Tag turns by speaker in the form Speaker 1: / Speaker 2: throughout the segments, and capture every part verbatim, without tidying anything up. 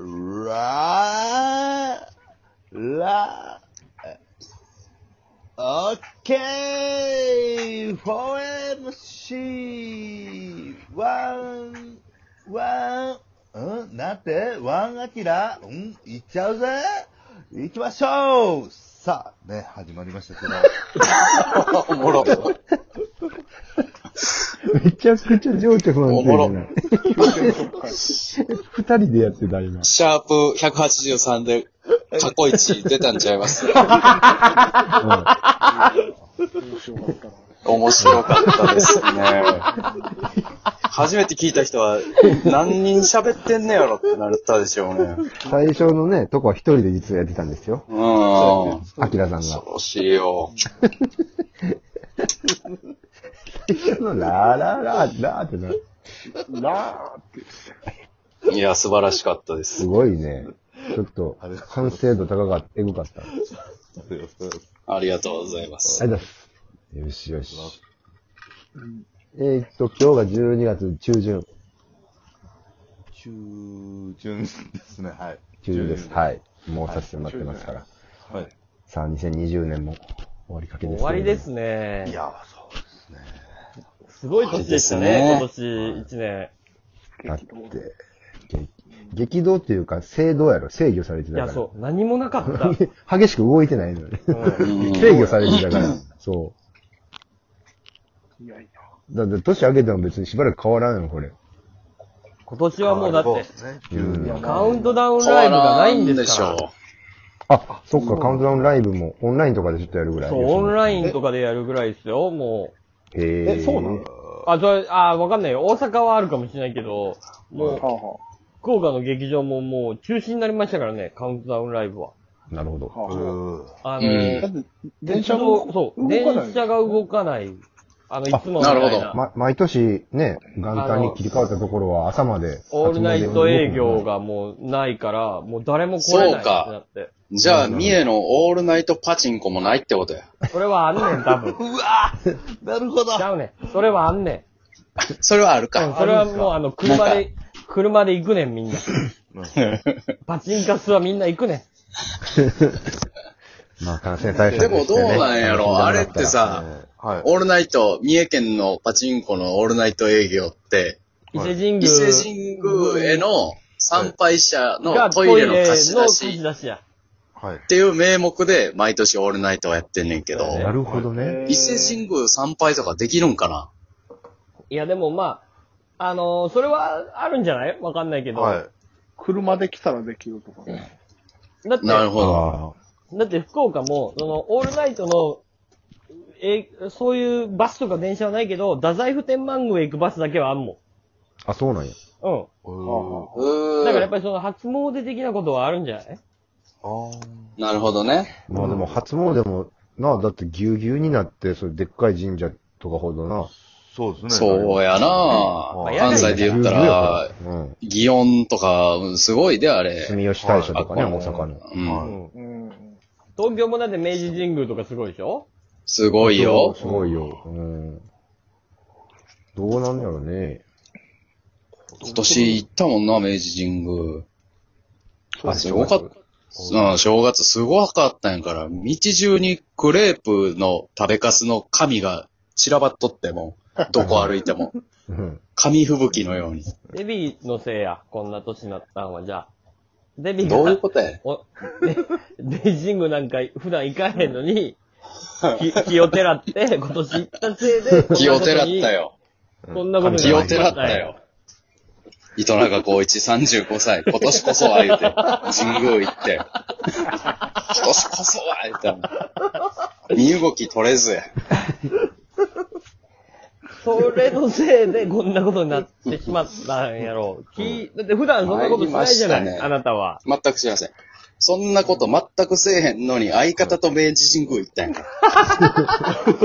Speaker 1: ラー、ラー、オッケー !フォーエムシー! ワン、ワン、んなんてワンアキラんいっちゃうぜ行きましょうさあ、ね、始まりましたけど。
Speaker 2: おもろ。
Speaker 3: めちゃくちゃ情緒不安定じゃない。二人でやってた、今。
Speaker 2: シャープひゃくはちじゅうさんで過去一出たんちゃいます、うん、面白かったですね。初めて聞いた人は何人喋ってんねやろってなったでしょうね。
Speaker 3: 最初のね、とこは一人で実はやってたんですよ。
Speaker 2: うん。
Speaker 3: アキラさんが。
Speaker 2: 恐ろしいよ。
Speaker 3: 最初のラーラーラーラーってな。
Speaker 4: ラーって。
Speaker 2: いや、素晴らしかったです。
Speaker 3: すごいね。ちょっと、完成度高かった、エグかった。
Speaker 2: ありがとうございます。
Speaker 3: ありがとうございます。よしよし。えー、っと、今日がじゅうにがつ中旬。
Speaker 1: 中旬ですね、はい。
Speaker 3: 中旬です。はい。もうさせてもらってますから。
Speaker 1: はい。
Speaker 3: さあ、にせんにじゅうねんも終わりかけです。
Speaker 5: 終わりですね。
Speaker 1: いや、そうですね。
Speaker 5: すごい年でしたね、今年いちね
Speaker 3: ん。だって、激動っていうか、制動やろ、制御されてたから。
Speaker 5: いや、そう、何もなかった。
Speaker 3: 激しく動いてないのね。うん、制御されてたから、そう。いやいや。だって、年明けても別にしばらく変わらんよ、これ。
Speaker 5: 今年はもうだって、ね
Speaker 3: うん、
Speaker 5: カウントダウンライブがないんですから。
Speaker 3: あ、そっか、カウントダウンライブもオンラインとかでちょっとやるぐらい。
Speaker 5: そう、オンラインとかでやるぐらいですよ、も
Speaker 3: う。へ
Speaker 4: え、そうなの？
Speaker 5: あ、それ、あ、わかんないよ。大阪はあるかもしれないけど、もう、福岡の劇場ももう中止になりましたからね、カウントダウンライブは。
Speaker 3: なるほど。
Speaker 5: あの、
Speaker 4: だって電車も、
Speaker 5: そう、電車が動かない。あの、いつも
Speaker 2: なるほど。
Speaker 3: ま、毎年ね、元旦に切り替わったところは朝まで。
Speaker 5: オールナイト営業がもうないから、もう誰も来れないってなって。
Speaker 2: じゃあ、三重のオールナイトパチンコもないってことや。
Speaker 5: それはあんねん、多分。
Speaker 1: うわなるほど。
Speaker 5: ちゃうねん。それはあんねん。
Speaker 2: それはあるか。
Speaker 5: それはもうあの、車で、車で行くねん、みんな。パチンカスはみんな行くねん。
Speaker 3: まあ、感染対策
Speaker 2: でもどうなんやろ、あれってさ、はい、オールナイト、三重県のパチンコのオールナイト営業って、
Speaker 5: 伊勢神宮、
Speaker 2: 伊勢神宮への参拝者のトイレの貸し出し。はい。っていう名目で毎年オールナイトをやってんねんけど。
Speaker 3: なるほどね。
Speaker 2: 伊勢神宮参拝とかできるんかな？
Speaker 5: いやでもまあ、あのー、それはあるんじゃないわかんないけど。はい。
Speaker 4: 車で来たらできるとかね。
Speaker 5: だって、
Speaker 2: なるほど。
Speaker 5: だって福岡も、その、オールナイトの、え、そういうバスとか電車はないけど、太宰府天満宮へ行くバスだけはあんもん。
Speaker 3: あ、そうなんや。
Speaker 5: うん。だからやっぱりその初詣的なことはあるんじゃない？
Speaker 2: ああ。なるほどね。
Speaker 3: まあでも初詣も、なあ、だってぎゅうぎゅうになって、それでっかい神社とかほどな。
Speaker 1: そうですね。
Speaker 2: そうやな、まあ、関西で言ったら、祇園とか、すごいであれ。
Speaker 3: 住吉大社とかね、大阪の。
Speaker 5: うん。東京もだって明治神宮とかすごいでしょ？
Speaker 2: すごいよ。
Speaker 3: すごいよ。うん。どうなんだろうね。
Speaker 2: 今年行ったもんな、明治神宮。あ、すごかった。うん、正月すごかったんやから、道中にクレープの食べかすの紙が散らばっとっても、どこ歩いても。紙吹雪のように。
Speaker 5: デビーのせいや、こんな年になったんは、じゃあ。デビーが。
Speaker 2: どういうことや
Speaker 5: お、で、明治神宮なんか普段行かへんのに、き気をてらって、今年行ったせいで、
Speaker 2: 気をてらったよ。
Speaker 5: こんなことに
Speaker 2: 気をてらったよ。糸中光一さんじゅうごさい、今年こそは言うて、神宮行って、今年こそは言うて、身動き取れずや。
Speaker 5: それのせいでこんなことになってしまったんやろう。き、だって普段そんなことしないじゃない、ね、あなたは。
Speaker 2: 全くしません。そんなこと全くせえへんのに相方と明治神宮行ったんやから。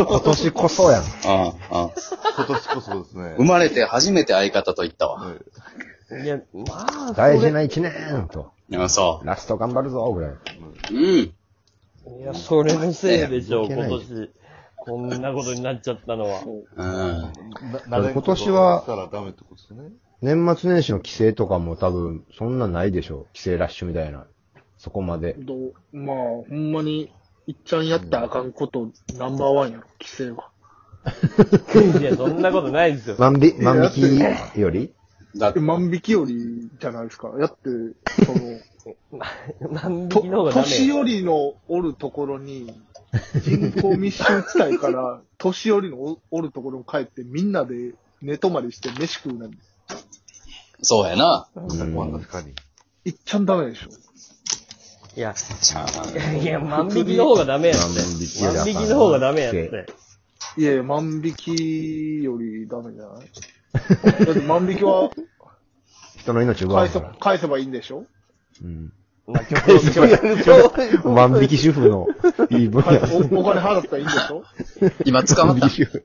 Speaker 3: 今年こそやん。あ
Speaker 2: あ、ああ。
Speaker 1: 今年こそですね。
Speaker 2: 生まれて初めて相方と行ったわ。
Speaker 5: いや、まあ。
Speaker 3: 大事な一年と。
Speaker 2: いや、そう。
Speaker 3: ラスト頑張るぞ、ぐらい。
Speaker 2: うん。い
Speaker 5: や、それのせいでしょう、今年。こんなことになっちゃったのは。
Speaker 2: うん。
Speaker 3: 今年は、 年末年始の帰省とかも多分、そんなないでしょ。帰省ラッシュみたいな。そこまで。
Speaker 4: どうまあ、ほんまに、いっちゃんやったらあかんこと、ナンバーワンやろ、規制は。
Speaker 5: いや、そんなことないですよ。
Speaker 3: 万引、万引きより
Speaker 2: だって、
Speaker 4: 万引きよりじゃないですか。やって、その、
Speaker 5: 万引
Speaker 4: と
Speaker 5: きの方がダメ。
Speaker 4: 年寄りのおるところに、人口密集地帯から、年寄りのおおるところに帰って、みんなで寝泊まりして飯食うなんて、
Speaker 2: そうやな。
Speaker 3: うん
Speaker 1: 確かに。
Speaker 4: いっちゃんダメでしょ。
Speaker 5: いや、
Speaker 2: ちゃ
Speaker 5: いや、万引きの方がダメやって。
Speaker 3: 万引きよりあかん
Speaker 5: 万引きの方がダメやって。
Speaker 4: いやいや、万引きよりダメじゃないだって万引きは
Speaker 3: 人の命を奪う
Speaker 4: 返せ
Speaker 3: から。
Speaker 4: 返せばいいんでしょ
Speaker 3: うん。
Speaker 5: まあ、極論的に
Speaker 3: 万引き主婦のいい分野。
Speaker 4: おお金払ったらいいんでしょ
Speaker 2: 今捕まった
Speaker 3: 万引き主婦。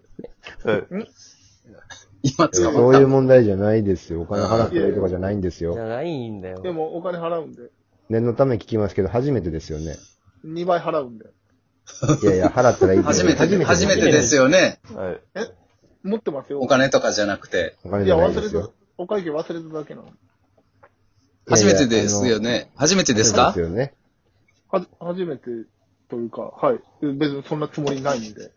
Speaker 2: 今捕
Speaker 3: そう
Speaker 2: まった
Speaker 3: いう問題じゃないですよ。お金払ってるとかじゃないんですよ。
Speaker 5: じゃないんだよ。
Speaker 4: でもお金払うんで。
Speaker 3: 念のため聞きますけど、初めてですよね。
Speaker 4: にばい払うんで。
Speaker 3: いやいや、払ったらいいけど
Speaker 2: 初めてで、初めてですよね。
Speaker 1: はい。
Speaker 4: 持ってますよ。
Speaker 2: お金とかじゃなくて。
Speaker 3: お金
Speaker 4: いや、忘れた
Speaker 3: じゃないですよ。。
Speaker 4: お会計忘れただけなの。
Speaker 2: 初めてですよね。初めてですか
Speaker 3: ですよね。
Speaker 4: は、初めてというか、はい。別にそんなつもりないんで。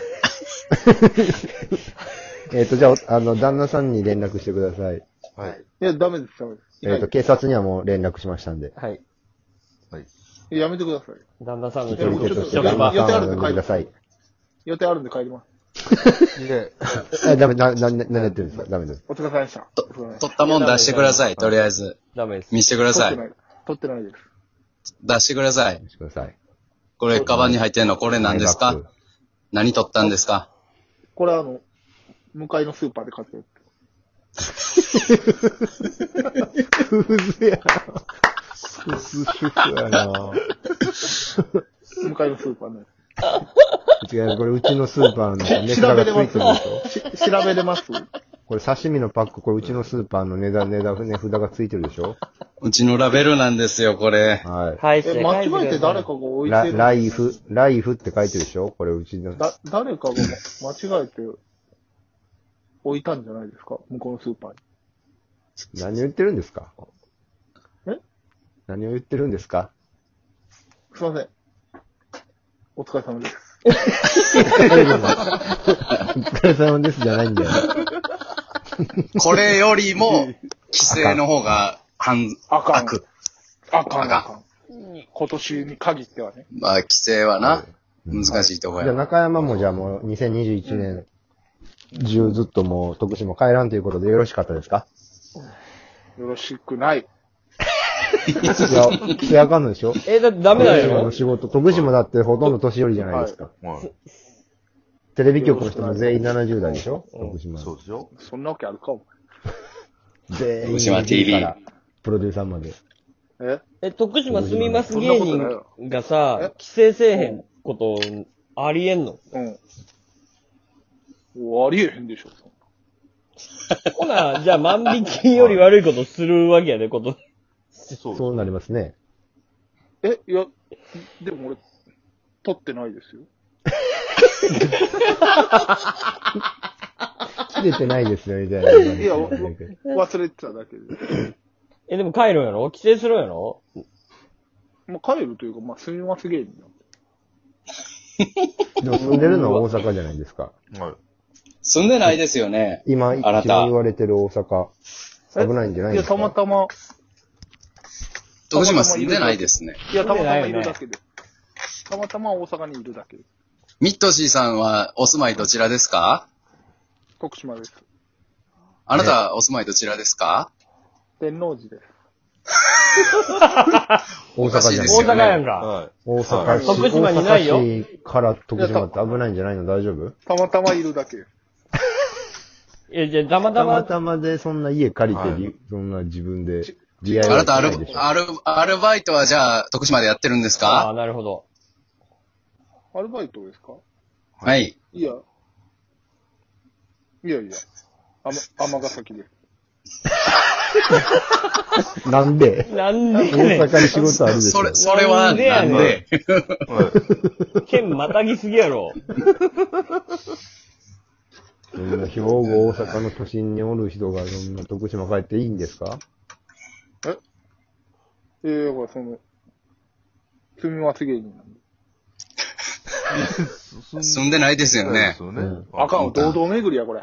Speaker 3: えっと、じゃあ、あの、旦那さんに連絡してください。
Speaker 1: はい。
Speaker 4: いや、ダメです、ダメです。いない
Speaker 3: えっと、警察にはもう連絡しましたんで。
Speaker 5: はい。
Speaker 1: はい。
Speaker 4: いややめてください。
Speaker 5: 旦那さんの
Speaker 4: いやもうちょっと
Speaker 5: 職場。
Speaker 4: 予定あるんで
Speaker 3: 呼んでください。
Speaker 4: 予定あるんで帰ります。
Speaker 1: いえ、
Speaker 3: え、ダメ、な、な、何やってるんですかダメです。
Speaker 4: お疲れ様でした。お疲れ様でした
Speaker 2: 取ったもん出してください、とりあえず。
Speaker 5: ダメです。
Speaker 2: 見せてください。
Speaker 4: 取ってない。取ってないです。
Speaker 2: 出してください。
Speaker 3: してください。
Speaker 2: これ、カバンに入ってんの、これ何ですか何取ったんですか
Speaker 4: これあの、向かいのスーパーで買ったや
Speaker 3: クズや。クズ主婦やな
Speaker 4: つ。向かいのスーパーね。
Speaker 3: 違う、これうちのスーパーの値札
Speaker 4: 調べ
Speaker 3: がついて
Speaker 4: れま
Speaker 3: るでしょ
Speaker 4: すし調べれます
Speaker 3: これ刺身のパック、これうちのスーパーの値段、値段、値札がついてるでしょ
Speaker 2: うちのラベルなんですよ、これ。
Speaker 3: はい。
Speaker 4: え、
Speaker 5: 返して、
Speaker 4: 間違えて
Speaker 5: 返して
Speaker 4: 誰かが置い
Speaker 3: ラ
Speaker 4: てる。
Speaker 3: ライフ、ライフって書いてるでしょこれうちの。
Speaker 4: だ、誰かが間違えて置いたんじゃないですか向こうのスーパーに。
Speaker 3: 何を言ってるんですか
Speaker 4: え
Speaker 3: 何を言ってるんですか
Speaker 4: すいません。お疲れ様です。
Speaker 3: お疲れ様ですじゃないんだよ。
Speaker 2: これよりも、規制の方が、半、
Speaker 4: あかん。
Speaker 2: 悪。
Speaker 4: あかん、
Speaker 2: あ
Speaker 4: あかん。今年に限ってはね。
Speaker 2: まあ、規制はな、難しいとこ
Speaker 3: じゃあ
Speaker 2: や。
Speaker 3: 中山もじゃあもうにせんにじゅういちねん中ずっともう徳島帰らんということでよろしかったですか
Speaker 4: よろしくない。
Speaker 3: いや、規制あかんのでしょ
Speaker 5: え、だってダメだ
Speaker 3: 徳島
Speaker 5: よ
Speaker 3: の。仕事、徳島だってほとんど年寄りじゃないですか。
Speaker 1: はい。
Speaker 3: テレビ局の人も全員ななじゅう代でしょ徳島。
Speaker 1: そうですよ。
Speaker 4: そんなわけあるか、お
Speaker 3: 全員。
Speaker 2: 徳島 ティービー
Speaker 3: からプロデューサーまで。
Speaker 4: 前。え
Speaker 5: え、徳島住みます芸人がさ、
Speaker 4: え
Speaker 5: 規制せえへんこと、ありえんの
Speaker 4: うん。おありえへんでしょ。
Speaker 5: ほな、じゃあ万引きより悪いことするわけやで、こと。
Speaker 1: そう
Speaker 3: そうなりますね。
Speaker 4: え、いや、でも俺、取ってないですよ。
Speaker 3: 切れてないですよ、みたいな。
Speaker 4: いや、わ忘れてただけで。
Speaker 5: え、でも帰るんやろ規制するんやろ
Speaker 4: まあ、帰るというか、まあ、住みます芸人なんで。
Speaker 3: でも住んでるのは大阪じゃないですか。
Speaker 1: はい。
Speaker 2: 住んでないですよね。
Speaker 3: 今、一
Speaker 2: あなた
Speaker 3: 番言われてる大阪。
Speaker 4: え
Speaker 3: 危ないんじゃない
Speaker 4: いや、
Speaker 3: ですか
Speaker 4: たまたま、
Speaker 2: 徳島住んでないですね。
Speaker 4: いや、たまたまいるだけで。たまたま大阪にいるだけで。
Speaker 2: ミッドシーさんはお住まいどちらですか
Speaker 4: 徳島です。
Speaker 2: あなたお住まいどちらですか
Speaker 4: 天王寺です。
Speaker 3: 大阪じゃない
Speaker 2: おかしいですよ
Speaker 5: 大阪やんか。
Speaker 1: はい。
Speaker 3: 大阪市、
Speaker 5: 徳島にないよ
Speaker 3: 大阪市から徳島って危ないんじゃないの大丈夫
Speaker 4: たまたまいるだけです。
Speaker 5: え、じゃあ、たまた
Speaker 3: たま
Speaker 5: ま、
Speaker 3: たまでそんな家借りてり、
Speaker 1: は
Speaker 3: そんな自分で
Speaker 4: ち、
Speaker 3: リア
Speaker 2: あなたアル
Speaker 3: ないでしょ。
Speaker 2: アル、アルバイトはじゃあ徳島でやってるんです
Speaker 5: ああ、
Speaker 2: か
Speaker 5: なるほど。
Speaker 4: アルバイトですか
Speaker 2: はい。
Speaker 4: いや。いやいや。あま、尼崎です。
Speaker 3: なんで
Speaker 5: なん
Speaker 3: 大
Speaker 5: でやねん。
Speaker 3: 阪に仕事あるでしょ。
Speaker 2: それ、それは
Speaker 5: なんでやねん
Speaker 2: なんで
Speaker 1: はい。
Speaker 5: 県またぎすぎやろ。
Speaker 3: そんな兵庫、大阪の都心におる人がそんな徳島帰っていいんですか？
Speaker 4: ええー、だからその、住みます芸人なんで。
Speaker 2: 住んでないですよね。
Speaker 1: そうですよね。
Speaker 4: あかんわ、堂々巡りや、これ。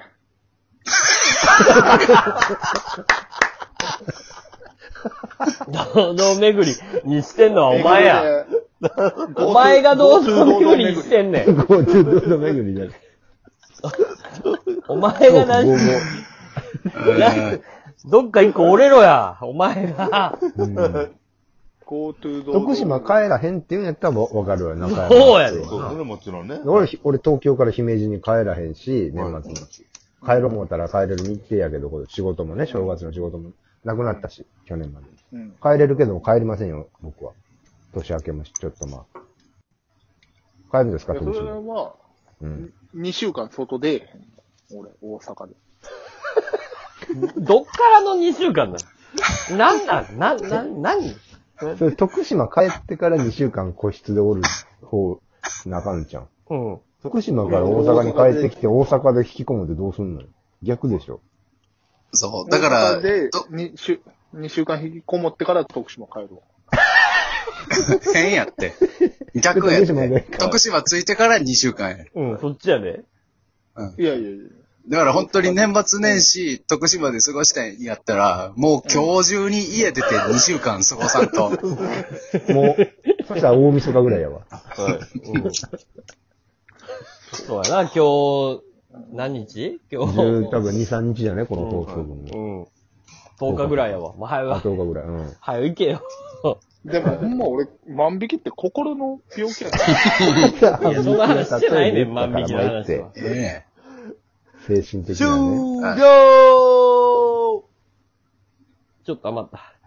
Speaker 5: 堂々巡りにしてんのはお前や。お前が堂々巡りにしてんねん。
Speaker 3: こう、ちょっと堂々巡りじゃない。
Speaker 5: お前が何しどっか一個折れろや、お前が。
Speaker 3: うん、
Speaker 4: GoTo
Speaker 3: 徳島帰らへんって言うんやったらわかるわ、仲
Speaker 5: そうやで。
Speaker 1: そうですね、もちろんね。
Speaker 3: 俺、俺東京から姫路に帰らへんし、年末に。帰ろう思ったら帰れる日程やけど、仕事もね、正月の仕事もなくなったし、去年まで。うん、帰れるけども帰りませんよ、僕は。年明けもし、ちょっとまあ。帰るんですか、
Speaker 4: 徳島。それは、うん、にしゅうかん外で、俺、大阪で。
Speaker 5: どっからのにしゅうかんなの？なんなん、な、な、なに
Speaker 3: それ徳島帰ってからにしゅうかん個室でおる方、なあかんちゃん。うん。徳島から大阪に帰ってきて大阪で引き込むってどうすんのよ。逆でしょ。
Speaker 2: そう。だから、
Speaker 4: で、にしゅうかん引きこもってから徳島帰るわ。
Speaker 2: 変やって。逆やって。徳島着いてからにしゅうかんや。
Speaker 5: うん、そっちやで。
Speaker 4: うん。いやいやいや。
Speaker 2: だから本当に年末年始、徳島で過ごしたいんやったら、もう今日中に家出てにしゅうかん過ごさんと。
Speaker 3: もう、そしたら大晦日ぐらいやわ。はい。
Speaker 5: うん、そうやな、今日、何日今日。
Speaker 3: 多分に、さんにちじゃね、この放送分。
Speaker 5: うん。とおかぐらいやわ。まあ、早く。
Speaker 3: とおかぐらい。うん。
Speaker 5: 早く行けよ。
Speaker 4: でもほんま俺、万引きって心の病気や
Speaker 5: な。いや、そんな話してないねん、万引きの話は。
Speaker 3: ええ。精神的なね。
Speaker 5: 終了ちょっと余った。